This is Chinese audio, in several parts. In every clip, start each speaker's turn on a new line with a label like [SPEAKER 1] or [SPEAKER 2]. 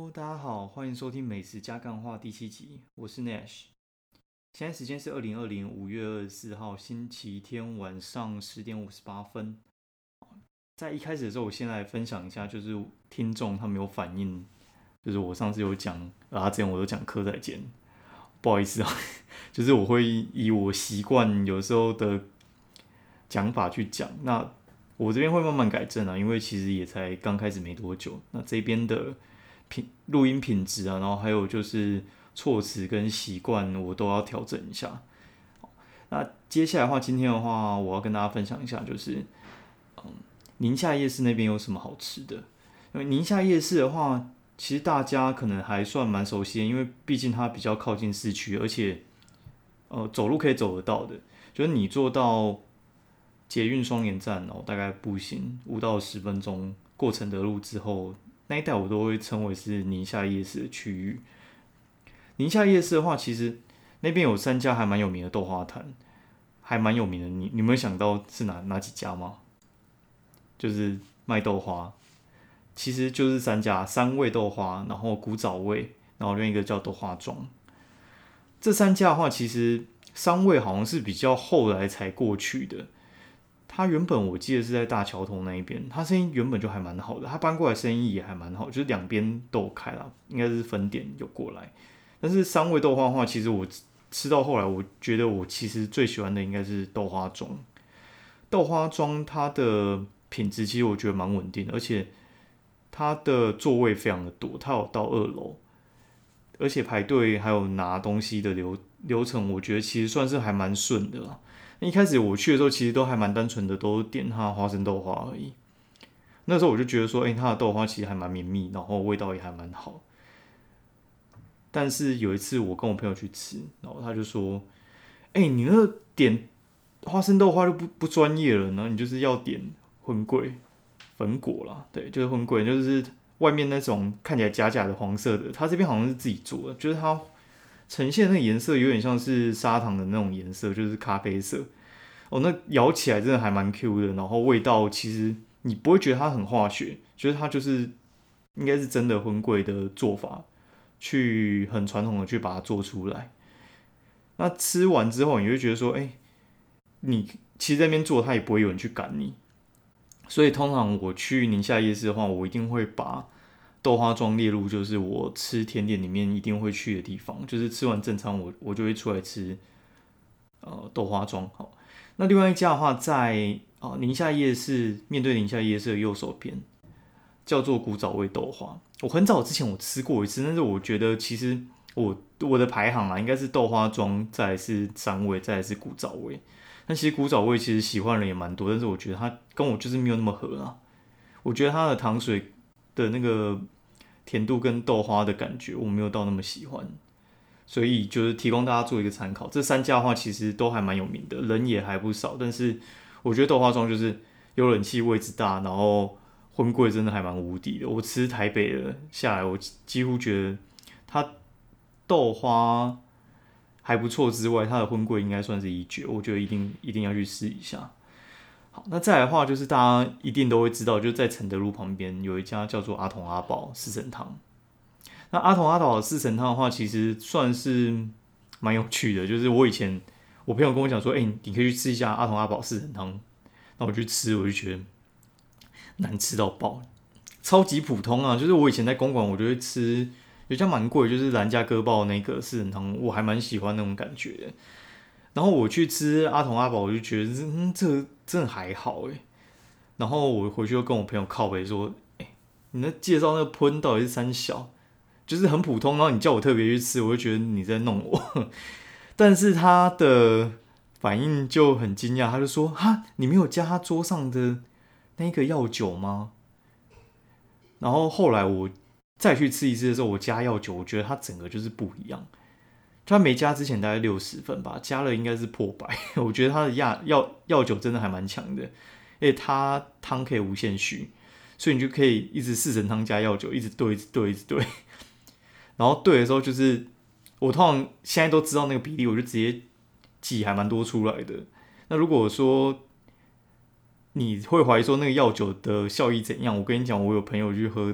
[SPEAKER 1] 大家好，欢迎收听美食加干话第7集，我是 Nash。现在时间是2020年5月24号星期天晚上10点58分。在一开始的时候，我先来分享一下，就是听众他们有反映，就是我上次有讲之前我都讲科仔煎，不好意思啊，就是我会以我习惯有时候的讲法去讲，那我这边会慢慢改正啊，因为其实也才刚开始没多久，那这边的录音品质啊，然后还有就是措辞跟习惯，我都要调整一下。那接下来的话，今天的话，我要跟大家分享一下，就是宁夏夜市那边有什么好吃的。因为宁夏夜市的话，其实大家可能还算蛮熟悉的，因为毕竟它比较靠近市区，而且走路可以走得到的，就是你坐到捷运双连站，然后大概步行5到10分钟过承德路之后，那一带我都会称为是宁夏夜市的区域。宁夏夜市的话，其实那边有3家还蛮有名的豆花摊，还蛮有名的。你有没有想到是哪几家吗？就是卖豆花，其实就是3家，三味豆花，然后古早味，然后另一个叫豆花庄。这3家的话，其实三味好像是比较后来才过去的。他原本我记得是在大桥头那一边，他生意原本就还蛮好的，他搬过来生意也还蛮好，就是两边都有开啦，应该是分店有过来。但是三味豆花的话，其实我吃到后来，我觉得我其实最喜欢的应该是豆花庄。豆花庄它的品质其实我觉得蛮稳定的，而且它的座位非常的多，它有到2楼，而且排队还有拿东西的流程，我觉得其实算是还蛮顺的啦。一开始我去的时候，其实都还蛮单纯的，都点它的花生豆花而已。那时候我就觉得说，它的豆花其实还蛮绵密，然后味道也还蛮好。但是有一次我跟我朋友去吃，然后他就说：你那点花生豆花就不专业了，然后你就是要点荤桂粉果啦，对，就是荤桂，就是外面那种看起来假假的黄色的，他这边好像是自己做的，就是它呈现那个颜色有点像是砂糖的那种颜色，就是咖啡色。那咬起来真的还蛮 Q 的，然后味道其实你不会觉得它很化学，觉得它就是应该是真的荤桂的做法，去很传统的去把它做出来。那吃完之后，你会觉得说，你其实在那边做，它也不会有人去赶你。所以通常我去宁夏夜市的话，我一定会把豆花庄列入就是我吃甜点里面一定会去的地方。就是吃完正餐我就会出来吃豆花庄。好，那另外一家的话在宁夏夜市面对宁夏夜市的右手边，叫做古早味豆花。我很早之前我吃过一次，但是我觉得其实我的排行应该是豆花庄，再来是三味，再来是古早味。但其实古早味其实喜欢的人也蛮多，但是我觉得它跟我就是没有那么合啦。我觉得它的糖水的那个甜度跟豆花的感觉我没有到那么喜欢，所以就是提供大家做一个参考。这3家的话其实都还蛮有名的，人也还不少，但是我觉得豆花庄就是有冷气，位置大，然后荤桂真的还蛮无敌的。我吃台北的下来，我几乎觉得它豆花还不错之外，它的荤桂应该算是一绝，我觉得一定要去试一下。好，那再来的话就是大家一定都会知道，就是在承德路旁边有一家叫做阿童阿宝四神汤。那阿童阿宝四神汤的话，其实算是蛮有趣的。就是我朋友跟我讲说，你可以去吃一下阿童阿宝四神汤。那我去吃，我就觉得难吃到爆，超级普通啊。就是我以前在公馆，我就会吃，有家蛮贵，就是兰家哥报那个四神汤，我还蛮喜欢那种感觉的。然后我去吃阿童阿宝，我就觉得这真的还好哎。然后我回去又跟我朋友靠北说，你那介绍那个喷到底是三小，就是很普通，然后你叫我特别去吃，我就觉得你在弄我。但是他的反应就很惊讶，他就说：哈，你没有加他桌上的那个药酒吗？然后后来我再去吃一次的时候，我加药酒，我觉得它整个就是不一样。他没加之前大概60分吧，加了应该是破百。我觉得他的药酒真的还蛮强的，而且他汤可以无限续，所以你就可以一直四神汤加药酒，一直兑，一直兑，一直兑。然后兑的时候就是我通常现在都知道那个比例，我就直接挤还蛮多出来的。那如果说你会怀疑说那个药酒的效益怎样，我跟你讲，我有朋友去喝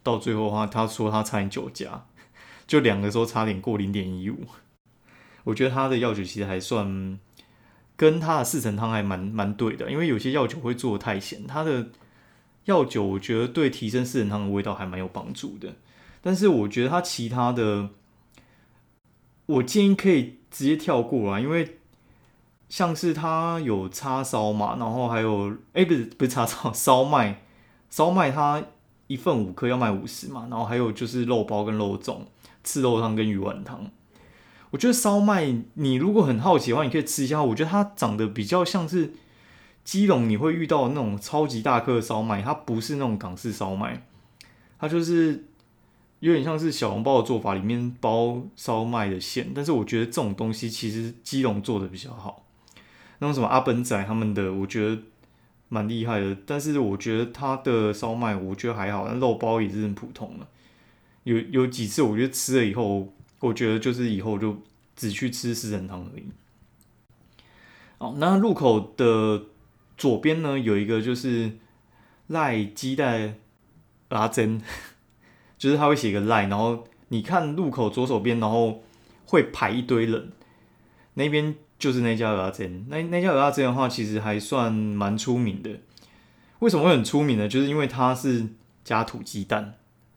[SPEAKER 1] 到最后的话，他说他差点酒驾，就量的时候差点过0.15。我觉得他的药酒其实还算跟他的四神汤还蛮对的，因为有些药酒会做的太咸，他的药酒我觉得对提升四神汤的味道还蛮有帮助的。但是我觉得他其他的，我建议可以直接跳过啦，因为像是它有叉烧嘛，然后还有不是叉烧，烧麦它一份5颗要卖50嘛，然后还有就是肉包跟肉粽、赤肉汤跟鱼丸汤。我觉得烧麦你如果很好奇的话，你可以吃一下。我觉得它长得比较像是基隆你会遇到的那种超级大颗的烧麦，它不是那种港式烧麦，它就是有点像是小笼包的做法，里面包烧麦的馅。但是我觉得这种东西其实基隆做的比较好。那种什么阿本仔他们的，我觉得蛮厉害的，但是我觉得他的烧麦我觉得还好，但肉包也是很普通的。有几次我觉得吃了以后，我觉得就是以后就只去吃四神汤而已。哦，那入口的左边呢有一个就是赖鸡蛋阿珍，就是他会写一个赖，然后你看入口左手边，然后会排一堆人，那边就是那家蚵仔煎。那家蚵仔煎的话，其实还算蛮出名的。为什么会很出名呢？就是因为它是加土鸡蛋。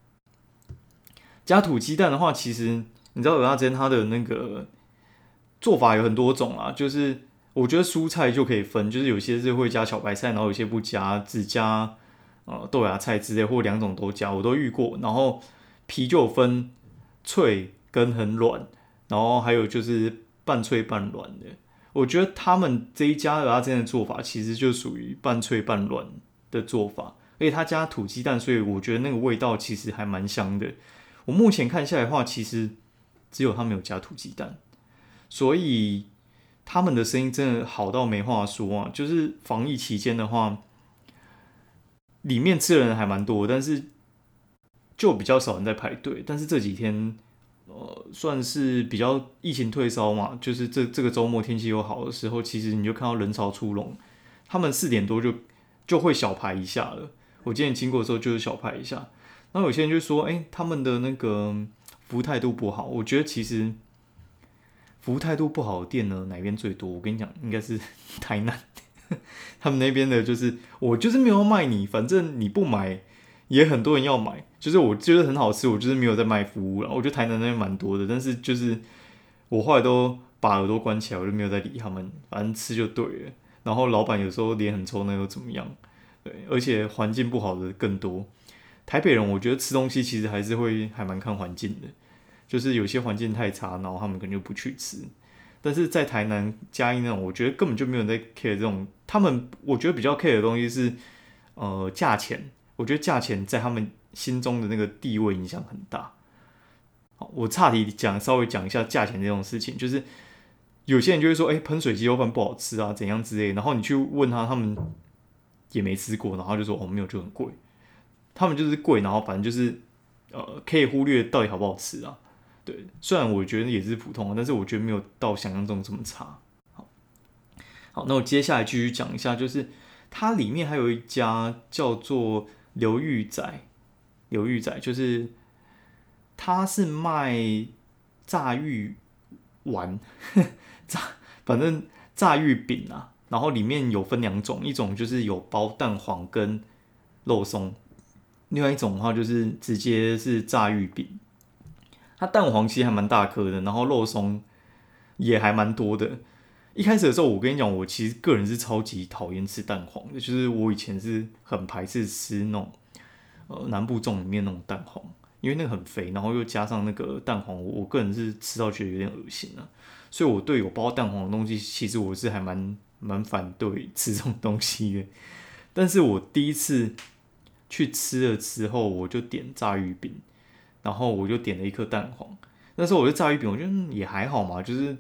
[SPEAKER 1] 加土鸡蛋的话，其实你知道蚵仔煎它的那个做法有很多种啦，就是我觉得蔬菜就可以分，就是有些是会加小白菜，然后有些不加，只加豆芽菜之类，或两种都加，我都遇过。然后皮就有分脆跟很软，然后还有就是半脆半软的。我觉得他们这一家蚵仔煎的做法其实就属于半脆半软的做法，而且他加土鸡蛋，所以我觉得那个味道其实还蛮香的。我目前看下来的话，其实只有他没有加土鸡蛋，所以他们的生意真的好到没话说啊！就是防疫期间的话，里面吃的人还蛮多，但是就比较少人在排队。但是这几天，算是比较疫情退烧嘛，就是这个周末天气又好的时候，其实你就看到人潮出笼。他们4点多就会小排一下了。我今天经过的时候就是小排一下。然后有些人就说，他们的那个服务态度不好。我觉得其实服务态度不好的店呢，哪边最多？我跟你讲，应该是台南。他们那边的就是我就是没有卖你，反正你不买也很多人要买，就是我觉得很好吃，我就是没有在卖服务了。我觉得台南那边蛮多的，但是就是我后来都把耳朵关起来，我就没有再理他们，反正吃就对了。然后老板有时候脸很臭，那又怎么样？对，而且环境不好的更多。台北人我觉得吃东西其实还蛮看环境的，就是有些环境太差，然后他们可能就不去吃。但是在台南嘉义那种，我觉得根本就没有人在 care 这种，他们我觉得比较 care 的东西是价钱，我觉得价钱在他们心中的那个地位影响很大。好，我岔题稍微讲一下价钱这种事情，就是有些人就会说，喷水鸡肉饭不好吃啊，怎样之类的，然后你去问他，他们也没吃过，然后就说没有就很贵，他们就是贵，然后反正就是可以忽略到底好不好吃啊。对，虽然我觉得也是普通的，但是我觉得没有到想象中这么差。好，那我接下来继续讲一下，就是它里面还有一家叫做刘玉仔，刘玉仔就是它是卖炸玉丸，反正炸玉饼啊，然后里面有分两种，一种就是有包蛋黄跟肉松，另外一种的话就是直接是炸玉饼。它蛋黄其实还蛮大颗的，然后肉松也还蛮多的。一开始的时候，我跟你讲，我其实个人是超级讨厌吃蛋黄的，就是我以前是很排斥吃那种南部粽里面那种蛋黄，因为那个很肥，然后又加上那个蛋黄，我个人是吃到觉得有点恶心啊。所以我对有包蛋黄的东西，其实我是还蛮反对吃这种东西的。但是我第一次去吃了之后，我就点炸鱼饼，然后我就点了一颗蛋黄。那时候我就炸鱼饼，我觉得也还好嘛，就是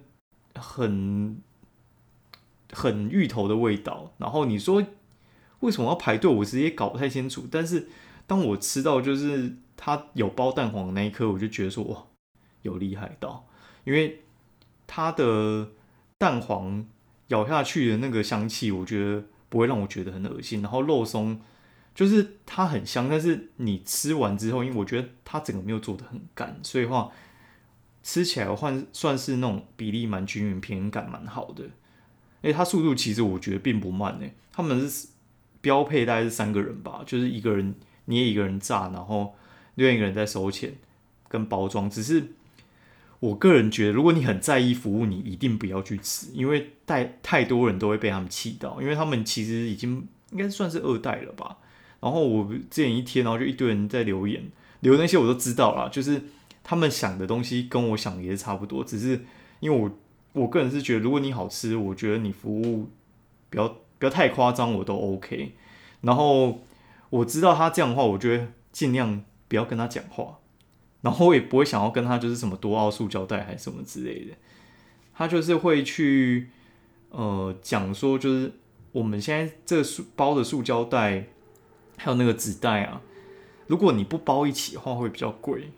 [SPEAKER 1] 很芋头的味道。然后你说为什么要排队，我其实也搞不太清楚。但是当我吃到就是它有包蛋黄的那一颗，我就觉得说哇，有厉害到，因为它的蛋黄咬下去的那个香气，我觉得不会让我觉得很恶心。然后肉松就是它很香，但是你吃完之后，因为我觉得它整个没有做的很干，所以的话吃起来的话算是那种比例蛮均匀，平衡感蛮好的。它速度其实我觉得并不慢他们是标配大概是3个人吧，就是一个人捏一个人炸，然后另外一个人在收钱跟包装。只是我个人觉得，如果你很在意服务，你一定不要去吃，因为太多人都会被他们气到，因为他们其实已经应该算是2代了吧。然后我之前一天，然后就一堆人在留言，留那些我都知道啦，就是他们想的东西跟我想的也是差不多，只是因为我个人是觉得，如果你好吃，我觉得你服务不要太夸张，我都 OK。然后我知道他这样的话，我就会尽量不要跟他讲话，然后我也不会想要跟他就是什么多奥塑胶袋还是什么之类的。他就是会去讲说，就是我们现在这个包的塑胶袋还有那个纸袋啊，如果你不包一起的话会比较贵。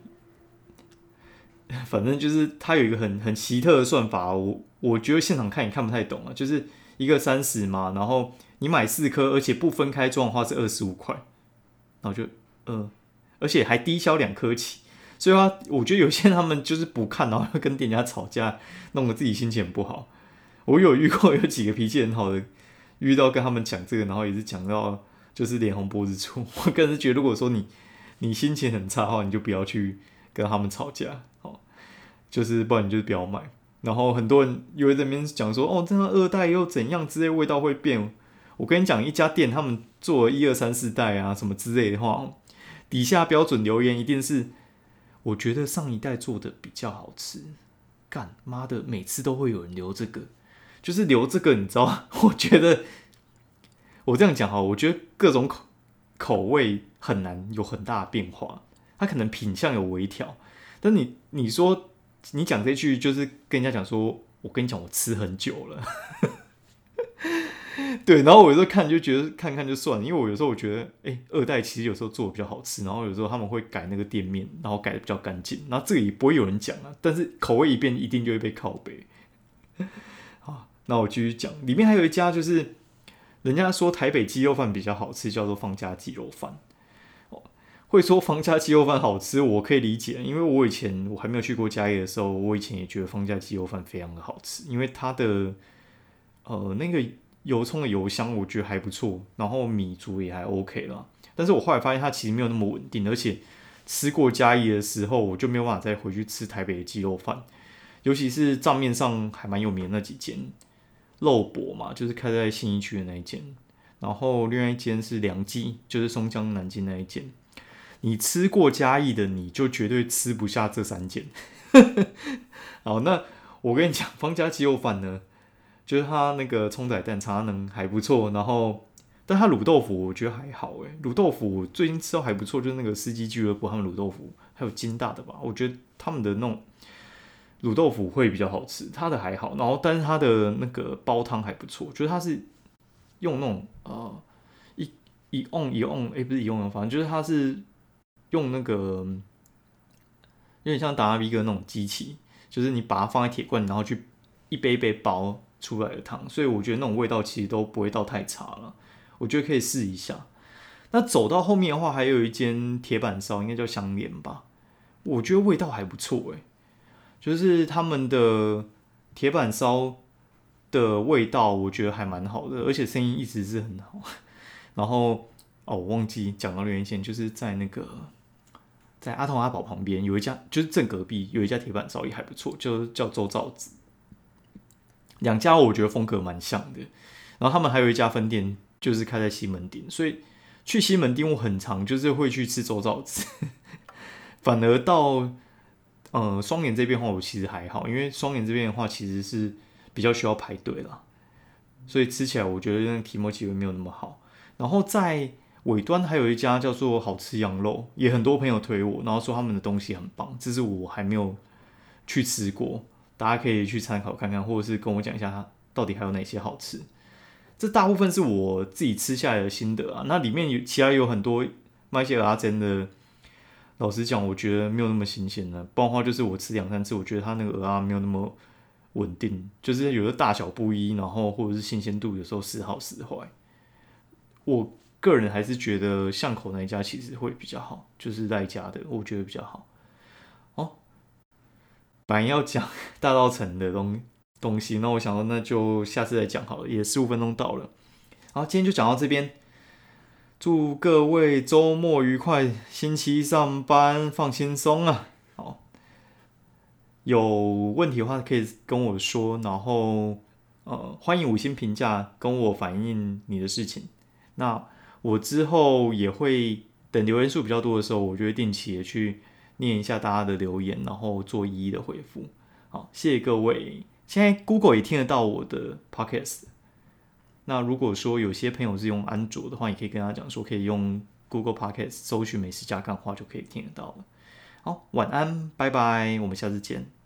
[SPEAKER 1] 反正就是它有一个很奇特的算法，我觉得现场看也看不太懂啊，就是一个30嘛，然后你买4颗，而且不分开装的话是25块，然后就而且还低消2颗起，所以我觉得有些人他们就是不看，然后又跟店家吵架，弄得自己心情很不好。我有遇过有几个脾气很好的，遇到跟他们讲这个，然后也是讲到就是脸红脖子粗。我个人是觉得，如果说你心情很差的话，你就不要去跟他们吵架，就是不然你就不要买。然后很多人又在那边讲说，这样2代又怎样之类，味道会变。我跟你讲，一家店他们做了1、2、3、4代啊什么之类的话，底下标准留言一定是，我觉得上一代做的比较好吃。干妈的，每次都会有人留这个，就是留这个，你知道吗？我觉得我这样讲哈，我觉得各种口味很难有很大的变化，它可能品相有微调，但你说你讲这句就是跟人家讲说，我跟你讲我吃很久了，对，然后我有时候看就觉得看看就算了，因为我有时候我觉得2代其实有时候做的比较好吃，然后有时候他们会改那个店面，然后改的比较干净，然后这个也不会有人讲啊，但是口味一变一定就会被靠北。好，那我继续讲，里面还有一家就是人家说台北鸡肉饭比较好吃，叫做方家鸡肉饭。会说方家鸡肉饭好吃，我可以理解，因为我以前我还没有去过嘉义的时候，我以前也觉得方家鸡肉饭非常的好吃，因为它的那个油葱的油香我觉得还不错，然后米煮也还 OK 啦。但是我后来发现它其实没有那么稳定，而且吃过嘉义的时候，我就没有办法再回去吃台北的鸡肉饭，尤其是账面上还蛮有名的那几间肉博嘛，就是开在信义区的那一间，然后另外一间是良记，就是松江南京那一间。你吃过嘉义的，你就绝对吃不下这3间。好，那我跟你讲，方家鸡肉饭呢，就是它那个葱仔蛋茶能还不错，然后但它卤豆腐我觉得还好卤豆腐我最近吃到还不错，就是那个司机俱乐部他们卤豆腐，还有金大的吧，我觉得他们的那种卤豆腐会比较好吃，它的还好，然后但是它的那个煲汤还不错，就是它是用那种一瓮一瓮，不是一瓮，反正就是它是用那个有点像达拉比哥那种机器，就是你把它放在铁罐，然后去一杯一杯煲出来的汤，所以我觉得那种味道其实都不会到太差了，我觉得可以试一下。那走到后面的话，还有一间铁板烧，应该叫香莲吧，我觉得味道还不错就是他们的铁板烧的味道，我觉得还蛮好的，而且生意一直是很好。然后我忘记讲到另一间，就是在阿童阿宝旁边有一家，就是正隔壁有一家铁板烧也还不错，就叫周兆子。2家我觉得风格蛮像的，然后他们还有一家分店就是开在西门町，所以去西门町我很常就是会去吃周兆子。反而到双连这边的话，我其实还好，因为双连这边的话其实是比较需要排队啦，所以吃起来我觉得那个提莫气味没有那么好。然后在尾端还有一家叫做好吃羊肉，也很多朋友推我，然后说他们的东西很棒，这是我还没有去吃过，大家可以去参考看看，或者是跟我讲一下它到底还有哪些好吃。这大部分是我自己吃下来的心得啊，那里面其他有很多卖一些蚵仔煎的，老实讲我觉得没有那么新鲜的，不然的话就是我吃2、3次，我觉得它那个蚵仔没有那么稳定，就是有的大小不一，然后或者是新鲜度有时候时好时坏。我个人还是觉得巷口那一家其实会比较好，就是赖家的，我觉得比较好。哦，本来要讲大稻城的东西，那我想说那就下次再讲好了，也15分钟到了。好，今天就讲到这边，祝各位周末愉快，星期一上班放轻松啊！好，有问题的话可以跟我说，然后欢迎5星评价跟我反映你的事情。那我之后也会等留言数比较多的时候，我就会定期的去念一下大家的留言，然后做一一的回复。好，谢谢各位。现在 Google 也听得到我的 Podcast。那如果说有些朋友是用安卓的话，也可以跟他讲说，可以用 Google Podcast 搜寻美食加干话就可以听得到了。好，晚安，拜拜，我们下次见。